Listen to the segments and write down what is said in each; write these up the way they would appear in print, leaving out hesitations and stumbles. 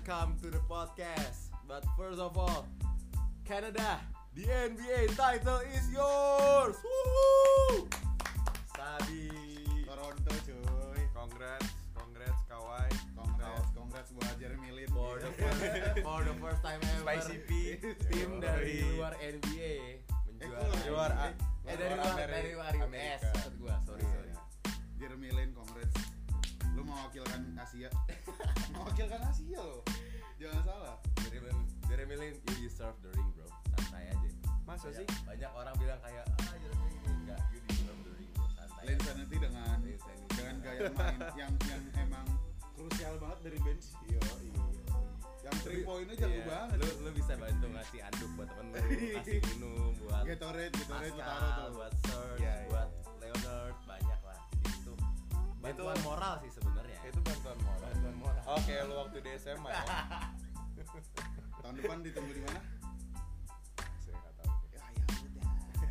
welcome to the podcast. But first of all, Canada, the NBA title is yours. Woo! Sabi. Toronto cuy. Congrats Kawhi. Congrats buat Jeremy Lin. For the first time ever, Spicy P. tim dari luar NBA menjuarai. Dari luar US maksud gua. Sorry. Jeremy Lin, congrats. Lu mewakilkan Asia. Mewakilkan Asia lo. Jangan salah. Jeremy Lin, you deserve the ring, bro. Santai aja. Masa sih? Banyak orang bilang kayak Jeremy Lin enggak, you deserve the ring, bro. Santai. Lin Sanity dengan gaya main yang emang krusial banget dari bench. Iya. Yang 3 point-nya jago banget. Lu bisa bantu ngasih anduk buat temen lu, kasih minum buat Gatorade lu taruh Pascal, tuh. buat Serge, Iya. buat Leonard, banyak lah. Itu bantuan moral sih sebenarnya. Itu bantuan moral. Oke, lu waktu di SMA ya. Tahun depan ditunggu di mana? Saya enggak tahu. Ya udah.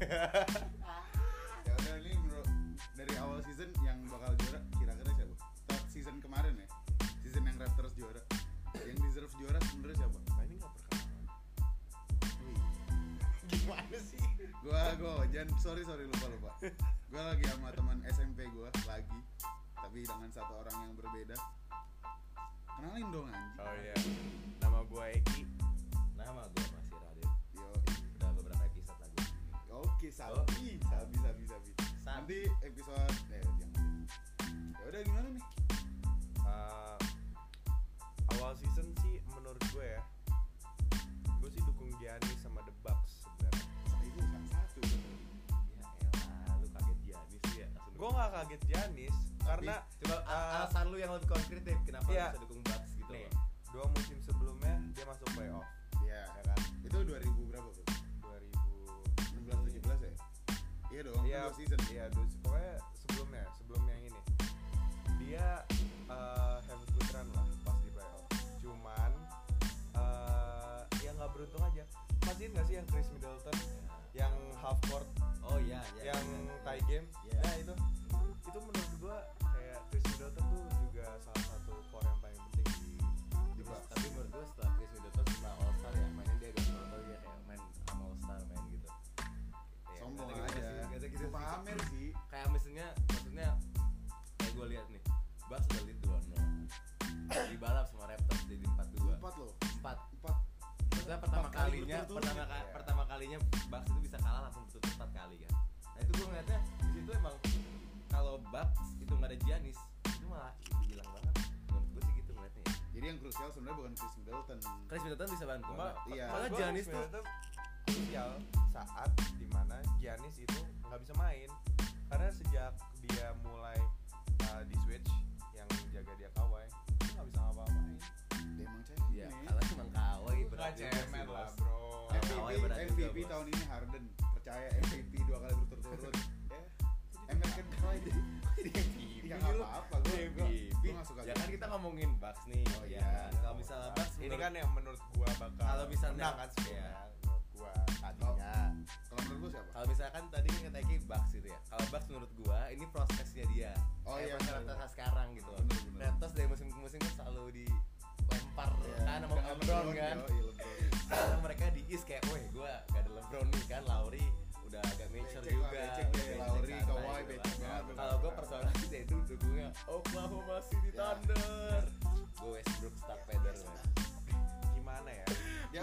Ya udah, ini menurut dari awal season yang bakal juara kira-kira siapa? Season kemarin ya. Season yang Raptors juara. Yang deserve juara sebenarnya siapa? Nah, ini enggak perkenalan. Gimana sih? Gua jangan sorry lupa. Gua lagi sama teman SMP gua lagi, tapi dengan satu orang yang berbeda. Kenalin dong anjing. Oh iya. Nama gua Eki. Nama gua masih Raden. Yo. Udah beberapa episode lagi. Oke, sabi. Nanti episode jangan. Ya udah gimana nih? Awal season sih menurut gue ya. Gue sih dukung Giannis sama The Bucks sebenarnya. Itu satu. Ya elah, lu kaget Giannis sih ya. Gue nggak kaget Giannis karena Coba alasan lu yang lebih konkret deh kenapa lu Iya. bisa dukung Bucks gitu nih, loh. 2 musim sebelumnya dia masuk playoff, Iya. ya kan? Itu 2000 berapa, Bro? 2016 16 17 ya? Iya dong, Iya, 2 season. Iya, pokoknya sebelum yang ini dia have a good run lah pas di playoff. Cuman ya nggak beruntung aja. Masih nggak sih yang Chris Middleton yang half court Oh iya, yang tie game? Iya. Nah itu menurut gua kayak Chris Middleton tuh juga salah satu core yang paling penting di Bucks. Tapi menurut gue setelah Chris Middleton setelah All Star ya mainnya dia agak solo dia kayak main sama All Star main gitu. Ya, Sombong kata aja. kata gitu sih. Pamer sih. Kayak maksudnya kayak gue lihat nih Bucks udah lead 2-0 dibalap sama Raptors jadi 4-2. 4 loh. 4. 4. Maksudnya pertama 4 kali kalinya berturut-turut. pertama kalinya Bucks itu bisa kalah langsung berturut 4 kali kan. Nah itu gue ngeliatnya di situ emang kalau Bucks itu nggak ada Giannis itu malah hilang banget. Menurut gue sih gitu ngeliatnya ya. Jadi yang krusial sebenarnya bukan Chris Middleton. Chris Middleton bisa bantu. Iya. Malah Gua Giannis Chris tuh Middleton krusial saat dimana Giannis itu nggak bisa main karena sejak dia mulai di switch yang jaga dia Kawhi dia nggak bisa ngapa-ngapain. Dia emang cemen. Iya, kalau emang Kawhi berat Nggak juga sih, cemen lah Bos. bro. Kawhi berat juga, MVP Bos. tahun ini Harden. Percaya MVP 2 kali berturut-turut. American Pride. Ya nggak apa-apa, gue nggak suka. Ya kan kita ngomongin Bucks nih. Oh, ya. iya. Kalau misalnya Bucks Ini menurut- kan yang menurut gua bakal Kalau misalnya- menang kan sebenarnya iya. menurut gua tadinya. Kalau menurut gue siapa? kalau misalkan tadi kan kata Eki Bucks gitu ya. Kalau Bucks menurut gua ini prospeknya dia. Oh, Kayak iya, pas bener. Raptors sekarang gitu. Bener. Raptors dari musim ke musim kan selalu dilempar kan sama LeBron kan. Iya, LeBron. Sekarang mereka di East kayak, woi gua gak ada LeBron nih kan, Lauri udah agak mature Becek lah, juga. becek deh. Becek Lauri, santai Kawhi, gitu becek kan. banget. Kalau gua personal sih itu dukungnya Oklahoma City Ya. Thunder. Gua Westbrook star feather man. Gimana ya? Ya,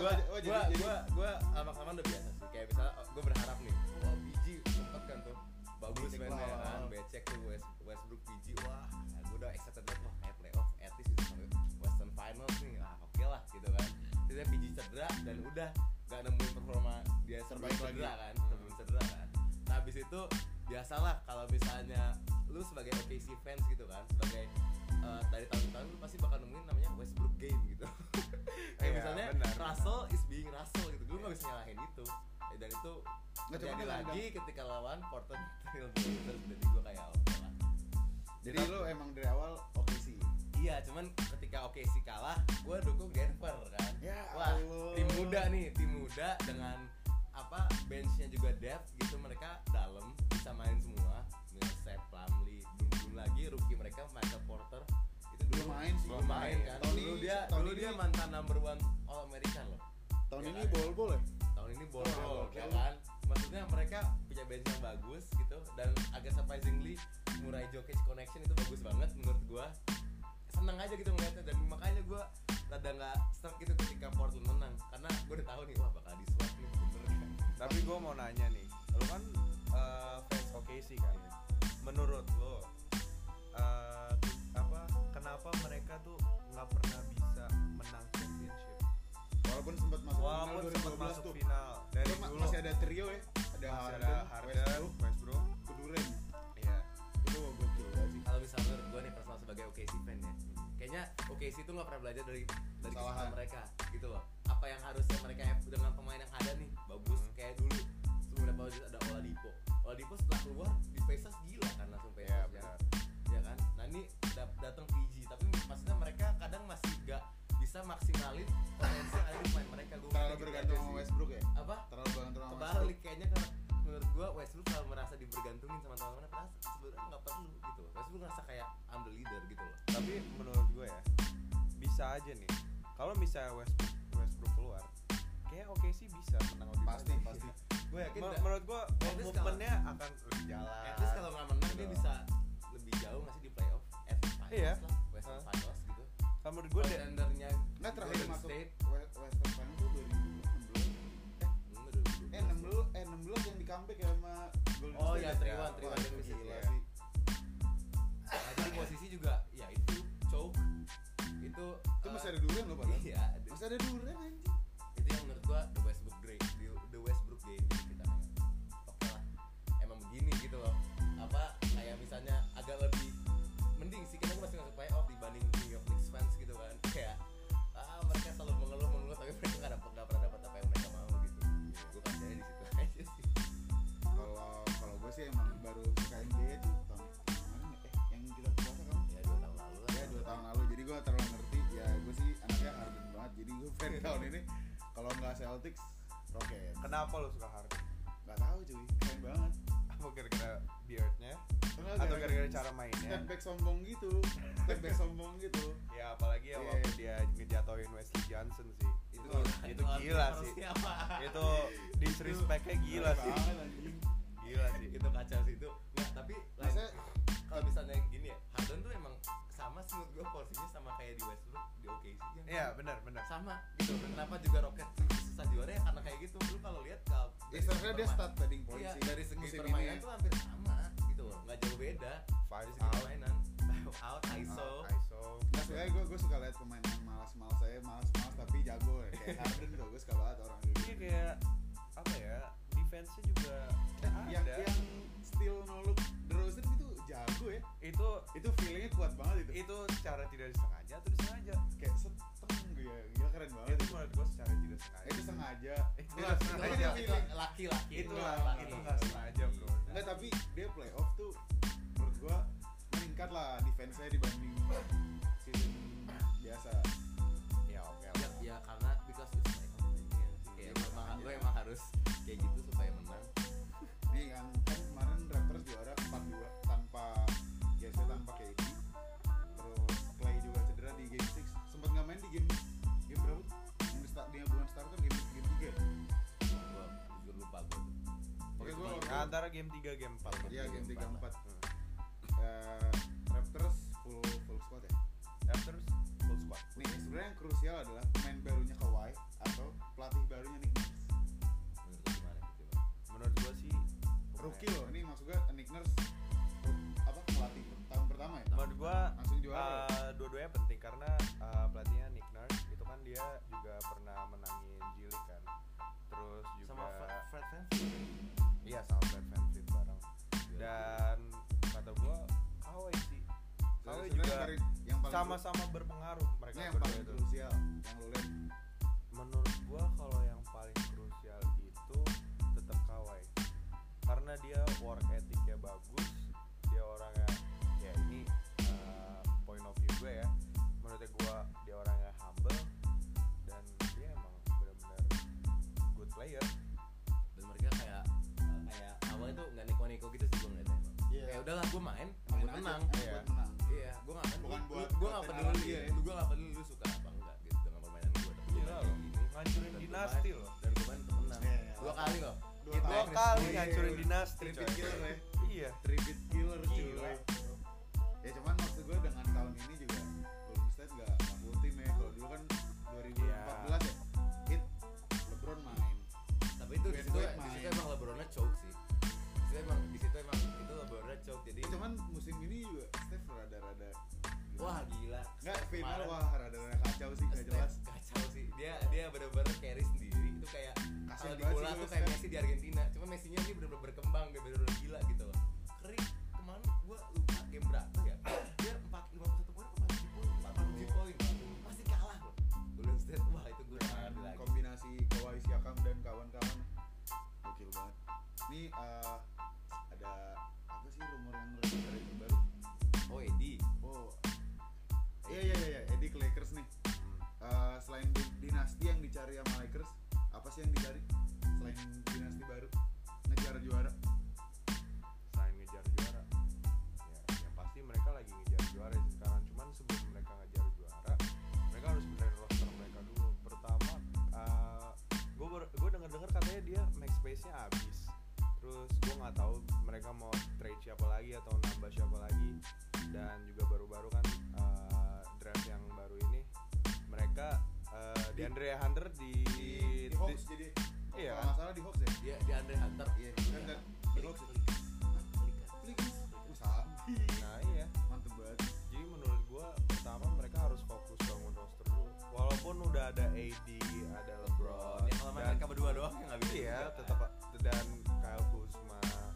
Gua lama-kelamaan udah biasa sih. Kayak misalnya gua berharap nih, oh PG sempet kan tuh bagus Becek mainnya lah. kan, becek tuh Westbrook PG, wah gua udah excited banget, wah kayak playoff at least bisa sampai Western Finals nih, oke lah gitu kan. Terus PG cedera dan udah gak nemuin performa dia Terbaik cedera lagi. kan, sebelum cedera kan. Nah habis itu biasalah kalau misalnya lu sebagai OKC fans gitu kan, sebagai dari tahun ke tahun lu pasti bakal nemuin namanya Westbrook game gitu. Kayak Iya, misalnya benar. Russell is being Russell gitu, lu gak bisa nyalahin itu. Dan itu Nggak, terjadi cuman lagi ketika lawan Portland Trail Blazers. Jadi gue kayak oke lah. Jadi lu emang dari awal oke sih. Iya, cuman ketika OKC kalah, gue dukung Denver kan. Ya Wah, Allah. tim muda dengan apa benchnya juga depth gitu, mereka dalam bisa main semua. Millsap, Plumlee, belum lagi rookie mereka Michael Porter itu Belum main sih. belum main kan. Tahun Dulu ini- dia tahun dulu ini dia mantan ini bol-bol ya? Tahun ini bol-bol, Oh, ya kan? Maksudnya mereka punya bench yang bagus gitu dan agak surprisingly Murray Jokic connection itu bagus banget menurut gua. Seneng aja gitu ngeliatnya dan makanya gua rada nggak stuck gitu ketika Portland menang karena gua udah tahu nih wah bakal di swap nih bener kan. Tapi gue mau nanya nih, lu kan fans OKC kan? Menurut lo kenapa mereka tuh nggak pernah bisa menang championship? Walaupun sempat masuk Walaupun final sempat 2012 masuk tuh. final dari Itu dulu masih ada trio ya, ada masih ada Harden, Westbrook, Kuduren. iya. Itu gokil banget sih. Kalau misalnya menurut gue nih personal sebagai OKC fan ya, kayaknya OKC itu nggak pernah belajar dari Kesalahan. kesalahan mereka gitu loh. Apa yang harusnya mereka dengan pemain yang ada nih bagus kayak dulu sebelum dapat ada Oladipo. Oladipo setelah keluar di Pacers gila kan langsung Pacers Iya, kan. benar. Ya kan. Nah ini datang PG tapi maksudnya mereka kadang masih gak bisa maksimalin potensi yang ada di pemain mereka. Gua Terlalu gitu bergantung aja sama sih. Westbrook ya? Apa? Terlalu bergantung sama Westbrook. Kebalik kayaknya karena menurut gua Westbrook selalu merasa dibergantungin sama teman-temannya padahal sebenarnya nggak perlu gitu loh. Westbrook ngerasa kayak I'm the leader gitu loh. Tapi menurut gue ya bisa aja nih. Kalau misalnya Westbrook keluar, kayak OKC bisa menang lebih Pasti, banyak. pasti. Gue yakin Menurut gue At least movementnya akan lebih jalan. at least kalau nggak menang dia Gitu. bisa lebih jauh nggak sih di playoff at least finals Iya. lah Western Finals gitu. Kalau menurut gue deh, Contendernya Nggak terakhir Golden masuk State Western Final tuh 2016. enggak dulu. 16 yang di comeback ya sama Golden Oh State. ya, 3-1 Wah, itu deficit gila ya. sih. Nah, jadi posisi juga ya itu choke itu Itu masih ada Duren loh padahal. iya Masih ada Duren anjing. itu yang menurut gua the Westbrook game jadi kita kayak oke lah emang begini gitu loh apa kayak misalnya agak lebih mending sih kita masih masuk playoff dibanding New York Knicks fans gitu kan kayak mereka selalu mengeluh tapi mereka nggak pernah dapat apa yang mereka mau gitu gua kasihnya di situ aja sih Kalau gue sih emang baru suka NBA tuh tahun kemarin ya. Yang kita puasa kamu? ya 2 tahun lalu lah Ya 2 tahun lalu. Jadi gue terlalu ngerti. Ya gue sih anaknya Harden banget. Jadi gue fan tahun ini kalau nggak Celtics, Rockets. kenapa lo suka Harden? Nggak tahu cuy. Keren banget. Apa gara-gara beardnya? Enggak, Atau gara-gara cara mainnya? step back sombong gitu. Step back sombong gitu. Ya apalagi ya Iya. waktu dia ngejatoin Wesley Johnson sih. Itu gila sih. apa Itu disrespect-nya gila sih. Banget, anjing. Gila sih. itu kacau sih itu nggak tapi Maksudnya kalau misalnya gini ya Harden tuh emang sama sih menurut gue porsinya sama kayak di Westbrook di OKC kan Iya, benar. sama gitu kenapa juga Rockets susah juara ya karena kayak gitu lu kalau lihat kalau ya sebenarnya dia start padding point iya, sih. dari segi musim permainan ini. tuh hampir sama gitu loh nggak jauh beda Five dari segi out. permainan out ISO ISO. Nah, sebenarnya gue suka lihat pemain yang malas-malas saya malas-malas tapi jago ya. Kayak Harden tuh gue suka banget orang kayak Iya gitu. kayak apa ya? Defense-nya juga Yang ada. still no look DeRozan itu jago ya. Itu feelingnya kuat banget itu. Itu secara tidak disengaja atau disengaja? Kayak seteng gitu ya. Gila keren banget. Itu menurut gua secara tidak sengaja. Itu sengaja. Itu Dia nggak udah- sengaja. tapi dia feeling. laki-laki Itu Enggak, lah, enggak. itu nggak sengaja bro. Enggak, tapi dia playoff tuh menurut gua meningkat lah defense-nya dibanding season biasa. Ya oke. ya, ya karena because it's like kayak emang lo emang harus kayak gitu supaya menang Nih yang kan kemarin Raptors juara 4-2 tanpa tanpa KD. Terus Clay juga cedera di game 6. Sempat nggak main di game berapa? Yang dia bukan starter game 3. gua jujur lupa gua tuh Oke, gua Nah, antara game 3 game 4. Iya, game 3 4. Hmm. Raptors full squad ya. Raptors full squad. Nih, sebenarnya yang krusial adalah pemain barunya Kawhi atau pelatih barunya Nick Nurse. menurut lu gimana gitu Menurut gua sih Rookie loh, ini maksud gue Nick Nurse pelatih tahun pertama ya? Menurut gua Langsung juara. dua-duanya penting karena pelatihnya Nick Nurse itu kan dia juga pernah menangin G League kan. Terus juga sama Fred VanVleet iya sama Fred VanVleet bareng. Dan kata gua Kawhi sih. Kawhi Sebenarnya juga yang paling sama-sama berpengaruh mereka ini yang berdua paling itu. krusial yang lo lihat. Menurut gua kalau yang paling krusial itu tetap Kawhi. Karena dia work ethicnya bagus, dia orangnya ya ini point of view gue ya. Menurut gue dia orangnya humble dan dia emang benar-benar good player. dan mereka kayak awalnya tuh nggak neko-neko gitu sih gue ngeliatnya emang Iya. kayak udahlah gue main Main buat aja, menang Iya. buat menang. iya gue nggak main Bukan buat gue nggak konten peduli dia ya. gue nggak peduli lu suka apa enggak gitu dengan permainan gue tapi Gila gua loh. kayak gini ngancurin dinasti loh. Dan gue main untuk menang. Iya, 2 kali loh. Dua Dua kali. kali Iya, ngancurin iya. dinasti. Tripit coy. killer ya. Iya. Tripit killer cuy. Gila. Ya cuman maksud gue dengan tahun ini juga Golden State nggak full tim ya. Kalau dulu kan 2014 ya hit LeBron main. Tapi itu di Dwayne situ Wade main. emang LeBronnya choke sih. Di situ emang itu LeBronnya choke. Jadi Cuman musim ini juga Steph rada-rada wah gila. nggak final Kemarin wah rada-rada kacau sih nggak Steph jelas. kacau sih. Dia benar-benar carry sendiri. Itu kayak Kasian kalau di banget bola sih tuh gue kayak Steph. Messi di Argentina. Cuma Messi-nya ini benar-benar berkembang, dia benar-benar gila gitu loh. Kering kemarin gua lupa game berapa ya. Dia 51 poin apa 40 poin, 47 poin. Masih kalah loh. Golden State wah itu gue Dengan lagi. kombinasi Kawhi Siakam dan kawan-kawan gokil banget. Ini ada apa sih rumor yang lagi terbaru? Oh, Eddie. Oh iya Eddie ke Lakers nih. Selain dinasti yang dicari sama Lakers, apa sih yang dicari selain dinasti baru? Ngejar juara. Selain ngejar juara, ya yang pasti mereka lagi ngejar juara sih sekarang. Cuman sebelum mereka ngejar juara, mereka harus benerin roster mereka dulu. Pertama, gue dengar katanya dia max space-nya habis. Terus gue nggak tahu mereka mau trade siapa lagi atau nambah siapa lagi. Dan juga baru-baru kan draft yang baru ini mereka DeAndre Hunter di Hawks jadi. Iya Kalau nggak salah di Hawks ya. Dia di Andre Hunter. Iya, kan kan di Hawks. Lakers. Usaha. nah iya. Mantep banget. Jadi menurut gua pertama mereka harus fokus bangun roster dulu. Walaupun udah ada AD, ada LeBron, Ya kalau mereka berdua doang ya nggak bisa. iya juga. tetap dan Kyle Kuzma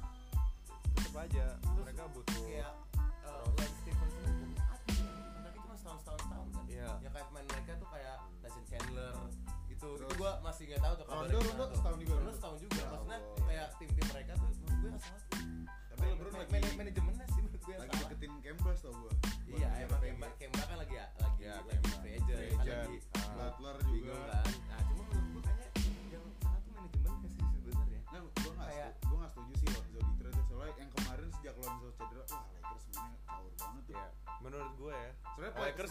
tetap aja mereka butuh Kayak Lance Stephenson itu anaknya cuma setahun kan. Iya. Ya kayak pemain mereka tuh kayak Tyson Chandler itu Terus gua masih nggak tahu tuh kabarnya Rondo gimana tuh. setahun juga. Rondo setahun juga. Ya Maksudnya Allah. kayak tim-tim mereka tuh menurut gue yang salah tuh. Tapi LeBron lagi Manajemennya sih menurut gue yang lagi salah. deketin Cambridge tau gua. Iya, emang Kemba kan lagi Ya, free agent, Free kan agent. lagi Butler bingung juga. kan. Nah, cuma menurut gue kayaknya yang salah tuh manajemennya sih sebenarnya. Nah, Kayak- gue nggak setuju sih Lonzo di trade soalnya yang kemarin sejak Lonzo cedera, wah Lakers mainnya caur banget tuh. ya menurut gue ya Sebenarnya Lakers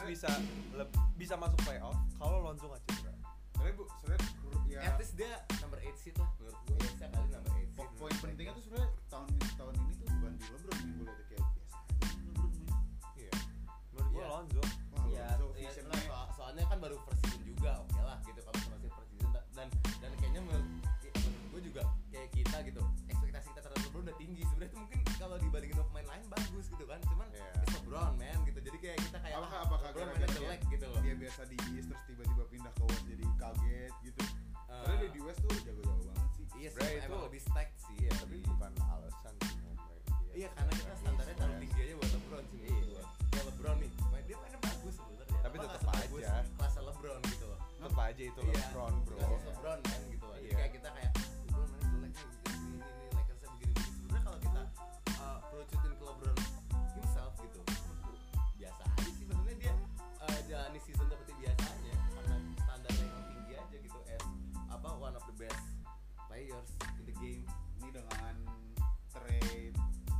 bisa masuk playoff kalau Lonzo nggak cedera. sebenarnya ya At least dia number 8 seed lah menurut gue. Bisa kali number 8 seed. poin pentingnya tuh sebenarnya tahun ini tuh bukan di LeBron yang gue lihat kayak biasa aja nih LeBron main. Iya menurut gue Iya. Lonzo Wah, Ya, Lonzo ya visionnya soalnya kan baru first season juga, oke lah gitu kalau masih first season dan kayaknya menurut gue juga kayak kita gitu ekspektasi kita terhadap LeBron udah tinggi sebenarnya tuh mungkin kalau dibandingin sama pemain lain bagus gitu kan cuman Iya. it's LeBron man gitu jadi kayak kita kayak apakah LeBron gara-gara mainnya jelek gitu loh. dia biasa di East terus tiba-tiba pindah ke West jadi kaget gitu. Padahal dia di West tuh jago-jago banget sih. Iya sih Sebenarnya emang itu- lebih stacked sih iya tapi bukan alasan sih mau main dia. iya karena kita standarnya terlalu tinggi aja buat LeBron sih menurut Iya. gue. Kayak LeBron nih dia mainnya bagus sebenarnya Tapi Apa tetep nggak sebagus aja. kelas LeBron gitu loh. tetap aja itu Iya, LeBron bro. nggak harus LeBron man gitu loh. Jadi Iya. kayak kita kayak LeBron mainnya jelek nih gitu. Ini Lakersnya begini. Sebenarnya kalau kita kerucutin ke LeBron himself gitu, biasa aja sih. Maksudnya dia jalani season seperti biasanya karena standarnya yang tinggi aja gitu as one of the best players in the game. Ini dengan trade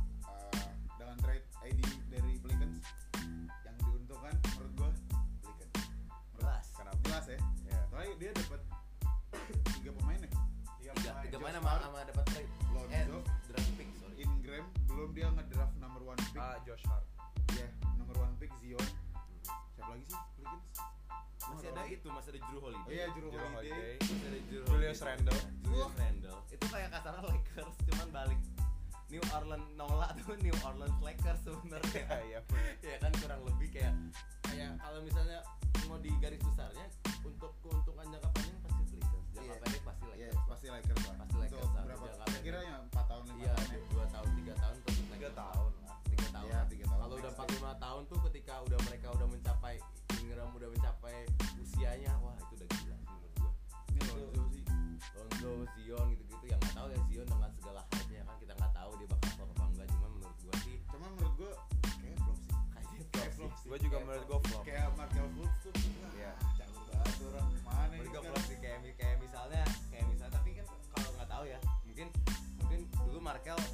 ID dari Pelicans yang diuntungkan menurut gua Pelicans. Jelas. Kenapa? Jelas ya. Iya. Soalnya dia dapat 3 pemain ya. Tiga Josh mana Hart, sama dapat trade Lonzo, draft pick sorry. Ingram, belum dia ngedraft number 1 pick. Josh Hart. Iya, number 1 pick Zion. Siapa lagi sih Pelicans? Masih ada itu, masih ada Drew Holiday. Oh iya, Drew Drew Holiday. Holiday. Masih ada Drew Julius Holiday. Randle. Julius Randle. Itu kayak kasarnya Lakers cuman balik New Orleans Nola tuh New Orleans Lakers sebenarnya. Iya. Ya kan kurang lebih kayak kalau misalnya mau di garis besarnya untuk keuntungan jangka panjang pasti Lakers. Jangka Iya. pendek pasti Iya, Lakers. pasti Lakers lah. Pasti Lakers Untuk lah, berapa? jangka pendek. Kira ya 4 tahun 5 Iya, tahun ya. 2 tahun 3 tahun tuh 3 tahun lah. 3 tahun. Iya, 3 tahun. Kalau udah Next 4 5 tahun tuh ketika mereka udah mencapai Ingram udah mencapai usianya, wah itu udah gila sih menurut gua. Ini Lonzo sih. Lonzo, Zion gitu-gitu yang nggak tahu ya Zion dengan segala hype-nya kan kita nggak tahu dia bakal flop apa enggak cuma menurut gua sih Cuma menurut gua kayak flop sih. kayaknya Kayak flop flop sih. Gue juga Kayak menurut flop. gue flop. Kayak Markel Fultz tuh. Iya. Caur banget orang mana Menurut ini gua sekarang. flop sih kayak misalnya tapi kan kalau nggak tahu ya mungkin dulu Markel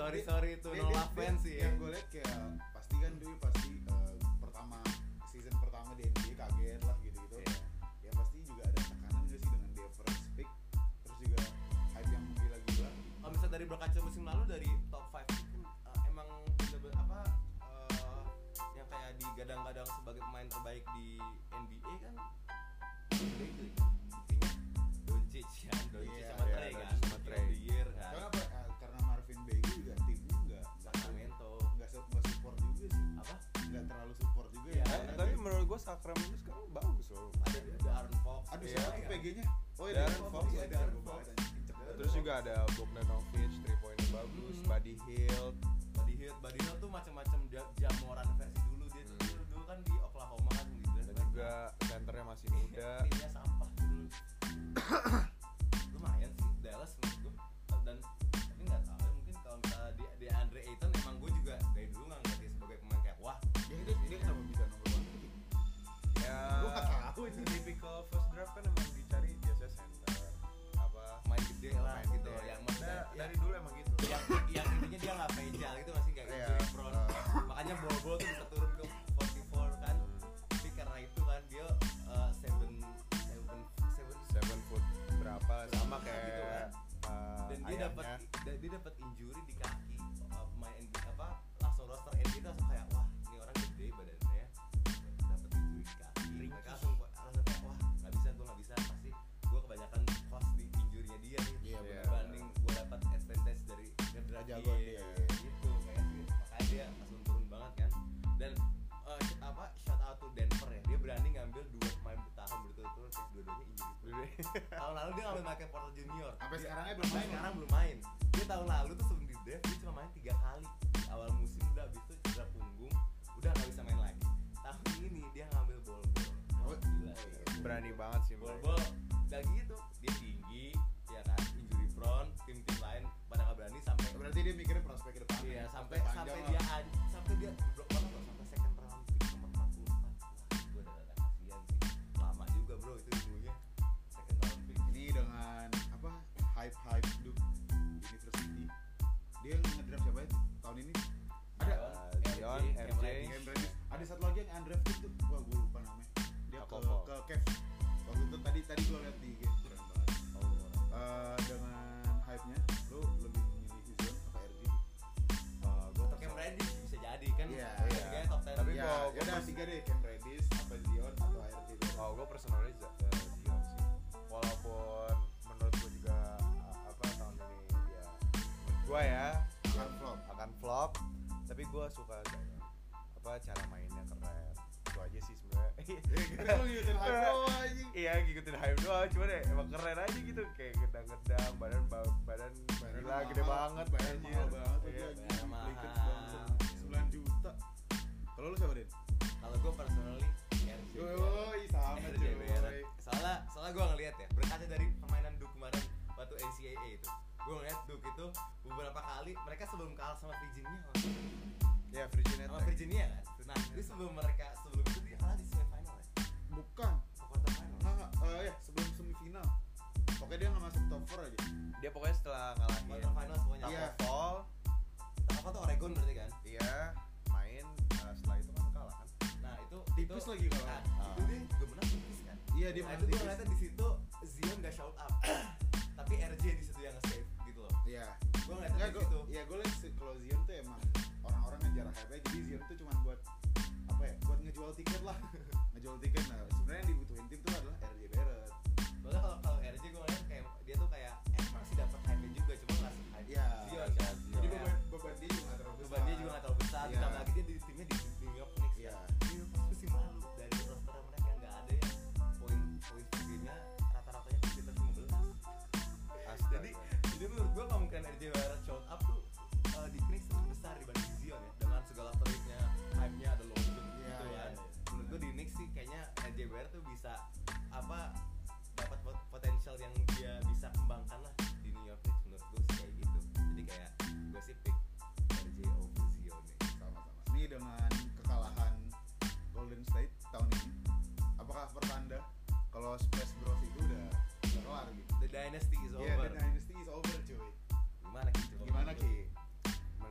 sorry itu no offense sih ya. Yang gue liat kayak pasti kan Dwi pasti pertama season pertama di NBA kaget lah gitu-gitu. Iya. Ya pasti juga ada tekanan juga sih dengan dia first pick. Terus juga hype yang gila-gila. Kalau misalnya dari berkaca musim lalu dari top 5 itu emang bener-bener apa yang kayak digadang-gadang sebagai pemain terbaik di NBA kan itu buktinya Doncic ya, Doncic Iya, sama iya, Trey kan, Doncic sama Rookie Trey. of the Year kan. Karena apa? Karena Marvin Bagley juga timnya nggak Sacramento support juga sih. apa? Nggak terlalu support juga Iya, ya. Tapi menurut gua Sacramento sekarang bagus loh. Ada Aaron Fox. Aduh Iya. siapa tuh PG-nya? Oh iya, Darren Fox, iya, Darren Darren Fox. Fox. Terus juga ada Bogdanovic, 3 pointnya bagus, Buddy Hield. Buddy Hield tuh macam-macam Jamoran versi dulu dia dulu kan di Oklahoma kan gitu Dan juga centernya masih muda. timnya sampah dulu. Lumayan sih Dallas menurut gue. Dan tapi nggak tahu ya, mungkin kalau misalnya di Andre Ayton emang gue juga dari dulu nggak ngeliat dia sebagai pemain kayak wah Dia kenapa bisa nomor 1? Ya, Gua nggak tahu itu. typical first draft kan emang dicari biasa center apa main gede lah main gitu gede. yang maksudnya Nah, ya, dari dulu emang gitu. yang intinya dia nggak fragile gitu masih nggak Iya. injury prone. Makanya Bobo tuh bisa turun ke 44 kan. Tapi karena itu kan dia 7 foot berapa sama Gitu kayak dan dia dapat ayahnya. dia dapat injury di kaki pemain NBA apa langsung roster NBA itu langsung kayak wah ini orang gede badannya dapat injury di kaki mereka langsung kayak wah nggak bisa pasti gue kebanyakan cost di injury-nya dia nih Iya, benar. dibanding gue dapat advantage dari ngedraft Jagoan dia. gitu kayak makanya dia langsung turun banget kan dan apa shout out to Denver ya dia berani ngambil 2 pemain bertahan berturut-turut ya dua-duanya injury tahun lalu dia ngambil Michael Porter Junior Sampai Dia- sekarangnya belum main. sekarang belum main dia tahun lalu tuh sebelum di draft dia cuma main 3 kali di awal musim udah habis itu cedera punggung udah nggak bisa main lagi tahun ini dia ngambil bol-bol Oh, gila iya. Berani banget sih mereka. bol-bol udah gitu dia tinggi ya kan injury prone tim-tim lain pada nggak berani sampai Berarti dia mikirnya prospek ke depan. iya sampai Panjang sampai lah. sampai dia blok banget loh sampai second round pick nomor 44 wah gue udah kasihan sih lama juga bro itu ilmunya second round pick Ini dengan apa? Hype Duke University. Dia ngedraft siapa ya tahun ini? Ada Zion, Cam RJ. Reddish. Cam Reddish. Ada satu lagi yang undrafted tuh. Wah, gue lupa namanya. Dia Jakobo. ke Cavs. Waktu itu tadi gue liat di game keren banget. Dengan hype-nya, lu lebih memilih Zion atau RJ? Gue Cam Reddish bisa jadi kan Iya, iya. Kayaknya top 10 Tapi Ya, kalau ya udah 3 deh, Cam Reddish, apa Zion atau RJ? Oh, gue personally Zion sih. Walaupun menurut gue juga apa tahun ini dia menurut gue ya Akan flop. akan flop, tapi gue suka Zion. Apa cara mainnya keren. Itu aja sih sebenarnya. Lu ngikutin hype lo anjing. Iya, ngikutin hype doang, cuman ya emang keren aja gitu kayak gedang-gedang, badan gila gede banget Badan anjir. mahal banget tuh Iya. dia. Badan mahal. Lakers banget, 9 juta. Kalau lu siapa, Den? kalau gue personally RJ Yoi, sama RJ cuy. Barrett. soalnya gue ngeliat ya berkaca dari permainan Duke kemarin waktu NCAA itu gue ngeliat Duke itu beberapa kali mereka sebelum kalah sama Virginia Ya, Virginia sama Tech. Virginia kan nah itu sebelum itu dia kalah di semifinal ya Bukan. ke quarter final Enggak, ya sebelum semifinal. Pokoknya dia nggak masuk top 4 aja. Dia pokoknya setelah ngalahin quarter final semuanya Iya. Fall, apa tuh Oregon berarti kan dia main setelah itu kan kalah kan. nah itu Tipis lagi kalau. nah, itu dia juga menang tipis kan Iya, dia nah menang itu gue tipis. ngeliatnya di situ Zion gak shout up tapi RJ di situ yang nge-save gitu loh Iya. gue ngeliatnya Enggak, di gue situ ya gue liat sih, kalau Zion tuh emang orang-orang ngejar hype-nya, jadi Zion tuh cuma buat apa ya? Buat ngejual tiket lah. Ngejual tiket. Nah, sebenarnya yang dibutuhin tim tuh adalah RJ Barrett. soalnya kalau RJ gue ngeliat kayak dia tuh kayak masih dapat hype juga cuma ngasih hype Iya. Zion Iya, kan Jadi Kayak beban dia juga nggak terlalu besar. beban dia juga gak terlalu besar Iya. ditambah lagi dia di timnya di New York Knicks Iya. kan New York Knicks masih malu dari roster mereka nggak ada yang poin per-game-nya rata-ratanya di sekitar 15 jadi jadi menurut gue kemungkinan RJ Barrett shout up tuh di Knicks lebih besar dibanding di Zion ya dengan segala triknya hype-nya ada Lonzo gitu Iya, kan iya, iya. menurut gue di Knicks sih kayaknya RJ Barrett tuh bisa apa dapat potensial yang dia bisa kembangkan lah di New York Knicks menurut gue sih kayak gitu jadi kayak gue sih pick RJ over Zion nih Sama-sama. Ini dengan kekalahan Golden State tahun ini, apakah pertanda kalau Splash Bros itu udah kelar gitu? the dynasty is Iya, over the dynasty is over, cuy. gimana Ki? Coba Gimana menurut Ki? lu?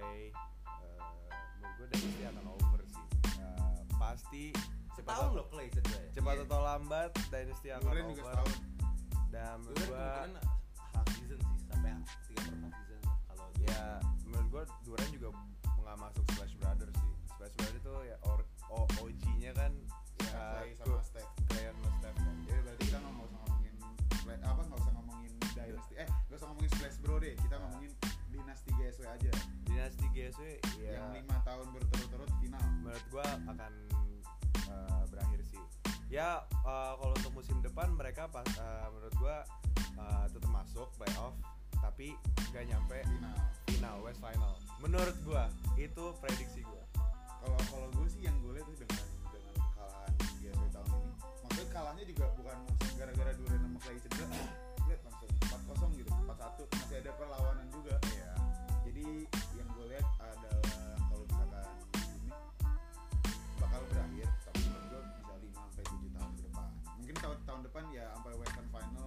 Clay, menurut gue Dynasty akan over sih. Pasti Setahun loh Clay cedera ya. cepat Iya. atau lambat Dynasty akan Duren juga over. setahun. Dan menurut Duren gue kemungkinan half season sih sampai 3/4 season kalau dia. ya menurut gue Duren juga nggak masuk Splash Brothers sih. Splash Brothers itu ya OG-nya kan Ya, Clay sama Steph. Clay sama Steph kan. Ya berarti kita nggak usah ngomongin nggak usah ngomongin Dynasty, nggak usah ngomongin Splash Bro deh, kita ngomongin Dynasty GSW aja. Dynasty GSW ya Yang 5 tahun berturut-turut final. menurut gua akan berakhir sih. Ya kalau untuk musim depan mereka menurut gua tetap masuk playoff tapi nggak nyampe final West Final. Menurut gua itu prediksi gua. Kalau gue sih yang gue lihat tuh dengan kekalahan GSW tahun ini, maksudnya kalahnya juga bukan maksud gara-gara Duren sama Clay cedera, lihat langsung 4-0 gitu, 4-1, masih ada perlawanan juga. Iya. Jadi yang gue lihat adalah kalau misalkan ini bakal berakhir, tapi menurut gue bisa 5-7 tahun ke depan. Mungkin tahun depan ya sampai Western Final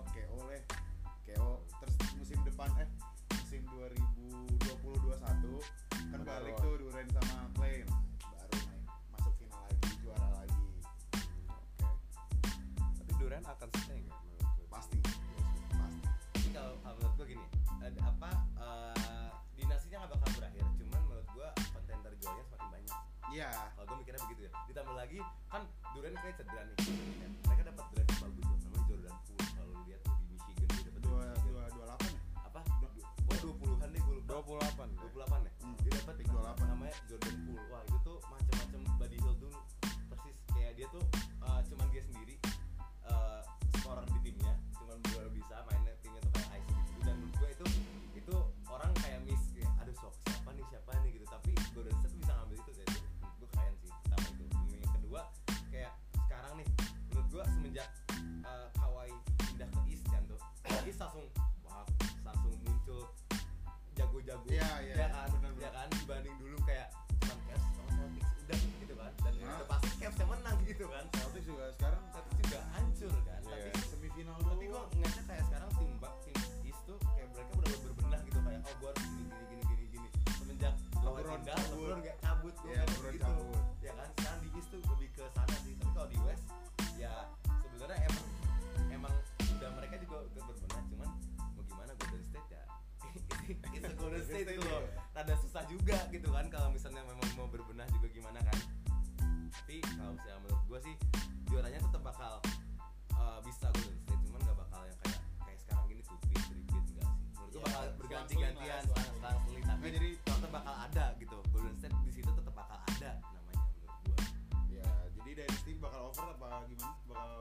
KO terus musim depan musim 2020-21 kan Baru balik on. tuh Duren sama Clay, baru naik masuk final lagi, juara lagi. Oke. Tapi Duren akan stay nggak menurut lu? Pasti. Tapi kalau menurut gue gini, dinastinya nggak bakal berakhir, cuman menurut gue kontender jualnya semakin banyak. Iya. Kalau gue mikirnya begitu ya. Ditambah lagi kan Duren kayak cedera nih. Mereka dapat draft yang bagus tuh, namanya Jordan Poole. Kalau lu lihat tuh di Michigan dia dapat 28 ya? apa? Oh 20-an deh gue lupa. 28 deh. 28 ya. Dia dapat pick 28. namanya Jordan Poole. Wah itu tuh macam-macam body hill dulu. Persis kayak dia tuh cuman dia sendiri scorer di timnya, cuman baru bisa mainnya timnya tuh kayak IC gitu. Dan menurut gue itu orang kayak miss kayak aduh siapa nih gitu. Tapi Golden State bisa ngambil itu kayak itu. Menurut gue keren sih. Sama itu. Yang kedua kayak sekarang nih menurut gue semenjak Kawhi pindah ke East kan tuh. East langsung muncul jago-jago. Iya, Ya kan? benar-benar. Ya kan dibanding dulu kayak cuman Cavs sama Celtics udah gitu kan. Dan udah pasti Cavs yang menang gitu kan. Celtics juga sekarang Celtics juga hancur kan. Iya. Tapi semifinal tapi gue ngeliatnya kayak sekarang tim East tuh kayak mereka udah berbenah gitu kayak oh gue harus gini semenjak Kawhi LeBron pindah cabut. LeBron kayak cabut Iya, LeBron gitu cabut. ya kan sekarang di East tuh lebih ke sana sih tapi kalau di West ya sebenarnya emang udah mereka juga udah berbenah cuman mau gimana Golden State ya it's a Golden State itu loh rada susah juga gitu kan kalau misalnya memang mau berbenah juga gimana kan tapi kalau misalnya menurut gue sih juaranya tetap bakal bisa Golden State cuman nggak bakal yang kayak sekarang gini tuh repeat enggak sih menurut gue Ya, bakal berganti-gantian selang-seling. selang-seling tapi Nggak, jadi tetap bakal ada gitu Golden State di situ tetap bakal ada namanya menurut gue ya, jadi Dynasty bakal over apa gimana? Bakal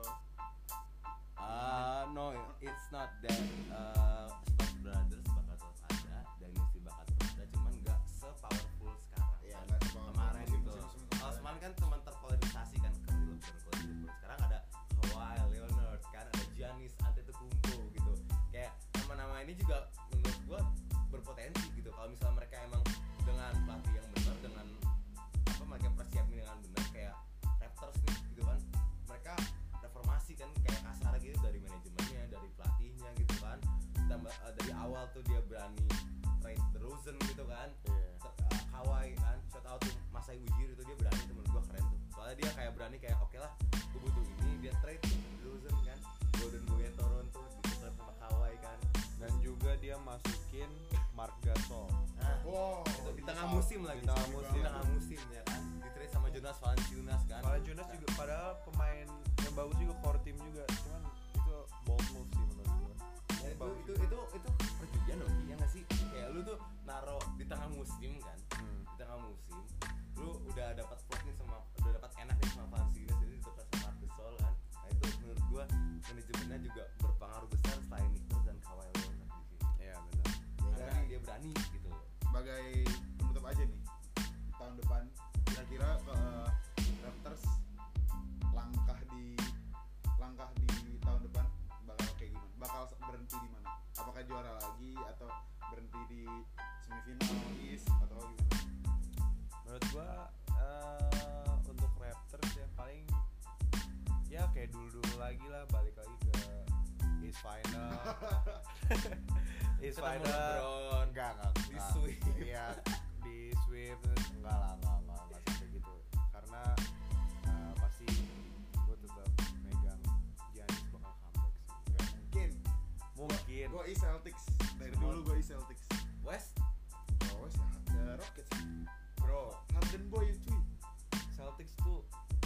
no it's not that Splash Brothers bakal tetap ada Dynasty bakal tetap ada cuman nggak se-powerful sekarang ya kan. nggak sepowerful Kemarin gitu musim-musim kalau kemarin. semalam kan teman terpolarisasi kan Curry LeBron sekarang ada Kawhi Leonard kan ada Giannis Antetokounmpo gitu kayak nama-nama ini juga menurut gua berpotensi gitu kalau misalnya mereka emang dengan pelatih yang benar dengan apa mereka persiapin dengan benar kayak Raptors nih gitu kan mereka reformasi kan kayak kasar gitu dari manajemennya dari pelatihnya gitu kan tambah dari awal tuh dia berani trade DeRozan gitu kan Kawhi kan shout out tuh Masai Ujiri itu dia berani tuh menurut gua keren tuh soalnya dia kayak berani kayak oke lah gua butuh ini dia trade DeRozan kan Golden Boy Toronto ditukar sama Kawhi kan Dan juga dia masukin Marc Gasol. nah Wow, itu di tengah bisa. musim lagi Di tengah di musim. tengah musim ya kan di trade sama Jonas Valanciunas kan Valanciunas juga padahal pemain yang bagus juga core team juga, cuman itu bold move sih menurut gua. Ya, Bagus. itu perjudian dong ya nggak sih kayak lu tuh naro di tengah musim kan di tengah musim lu udah dapat vlog nih sama udah dapat enak nih sama Valanciunas jadi ditukar sama Marc Gasol kan nah itu menurut gua manajemennya juga berpengaruh besar selain Nichols dan Kawhi Leonard di sini Iya benar. karena dia berani gitu Sebagai penutup aja nih, tahun depan kira-kira Raptors langkah di tahun depan bakal kayak gimana? Bakal berhenti di mana? Apakah juara lagi atau berhenti di semifinal East atau gimana? Menurut gua untuk Raptors ya paling ya kayak dulu lagi lah, balik lagi ke East Final. East ketemu Final LeBron enggak di Sweep. iya di sweep enggak lah, enggak sampai gitu. Karena pasti gue tetap megang Giannis bakal comeback sih. Nggak mungkin. Mungkin. Gue Celtics. Dari dulu gue Celtics. West Oh, wes ya Rockets. Bro, Harden boy cuy. Celtics tuh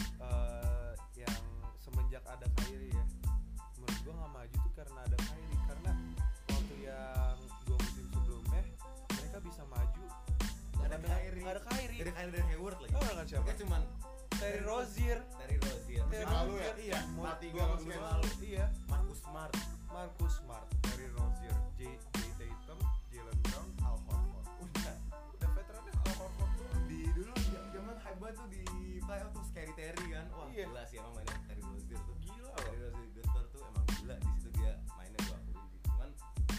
yang semenjak ada Kyrie ya, menurut gua nggak maju tuh karena ada Kyrie. Karena waktu yang 2 musim sebelumnya mereka bisa maju nggak ada Kyrie. nggak ada Kyrie. Dari Kyrie dan Hayward lagi. Oh, dengan siapa? Mereka cuman Terry Rozier. Dari Rozier. Musim lalu ya? Iya, Mati 2 gua musim musim lalu. Iya. Marcus Smart. Marcus Smart, Terry Rozier, J Tatum, Jalen Brown, Al Horford. Udah veterannya Al Horford tuh. Di dulu zaman hype banget tuh di playoff tuh Scary Terry kan. Wah, Iya. gila sih emang mainnya Terry Rozier tuh. Gila Terry loh. Rozier Gunter tuh emang gila di situ dia mainnya gua akuin sih. Cuman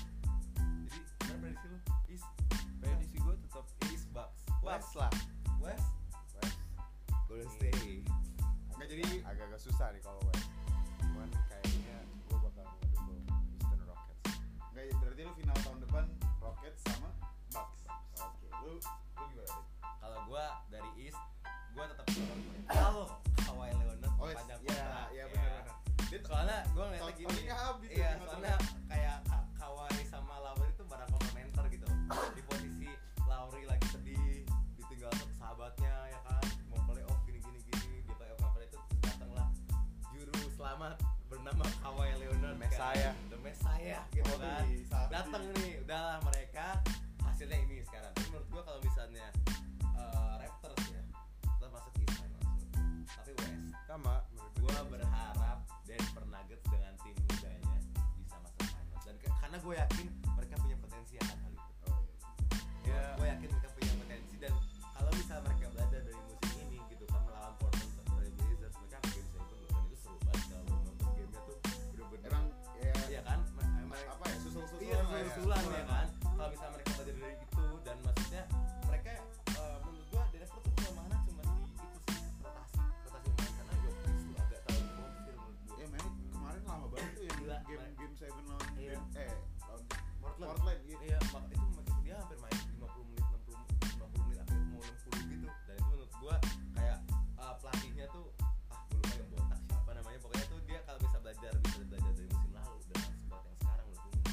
jadi gimana prediksi lu? East Prediksi gue tetap East Bucks. Bucks lah. West West. Golden State. Nggak jadi Agak-agak susah nih kalau West. Cuman kayaknya gue bakal ngedukung Houston Rockets. nggak berarti lu final tahun depan Rockets sama Bucks. Oke, lu gimana deh? Kalau gua dari East, gua tetap kalau Kawhi Leonard Oh panjang iya, kontrak, iya ya. benar. Dia Soalnya gua ngeliatnya gini. kontraknya habis Iya, ya, soalnya kayak Kawhi sama Lowry itu barang komplementer gitu. Di posisi Lowry lagi sedih, ditinggal sahabatnya ya kan, mau playoff gini di playoff cover itu terus datanglah juru selamat bernama Kawhi Leonard. Messiah. Kan? The Messiah gitu Oh, kan. di saat Datang di- nih, udahlah mereka hasilnya ini sekarang. Tapi menurut gua kalau misalnya Raptors ya, tetap masuk East Finals. Tapi West, Sama menurut gua berharap Denver Nuggets dengan tim mudanya bisa masuk finals. Dan karena gue yakin mereka punya potensi akan hal itu. Oh iya. Ya. Gue yakin mereka punya potensi dan kalau misalnya mereka belajar dari musim ini gitu kan melawan Portland Trail Blazers, mereka game 7 loh dan itu seru banget kalau nonton gamenya tuh bener-bener. Emang ya Iya kan? Mereka apa ya susul-susulan iya lah ya. susulan ya kan. Kalau misalnya mereka belajar dari itu dan maksudnya mereka menurut gua Denver tuh kelemahannya cuma di itu sih rotasi pemain karena Jokic tuh agak terlalu monster menurut gua. Ya men, kemarin lama banget tuh yang Gila, game 7 lawan Iya. lawan Portland. Portland gitu. Iya, itu dia hampir main 50 menit, 50 menit hampir mau 60 gitu. Dan itu menurut gua kayak pelatihnya tuh gua lupa yang botak siapa namanya. Pokoknya tuh dia kalau bisa belajar dari musim lalu dengan squad yang sekarang menurut gua.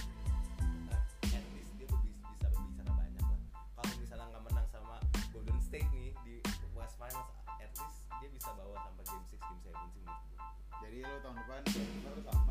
At least dia bisa berbicara banyak lah. Kalau misalnya nggak menang sama Golden State nih di West Finals, at least dia bisa bawa sampai game 6, game 7 sih menurut gua. Jadi lo tahun depan Denver sama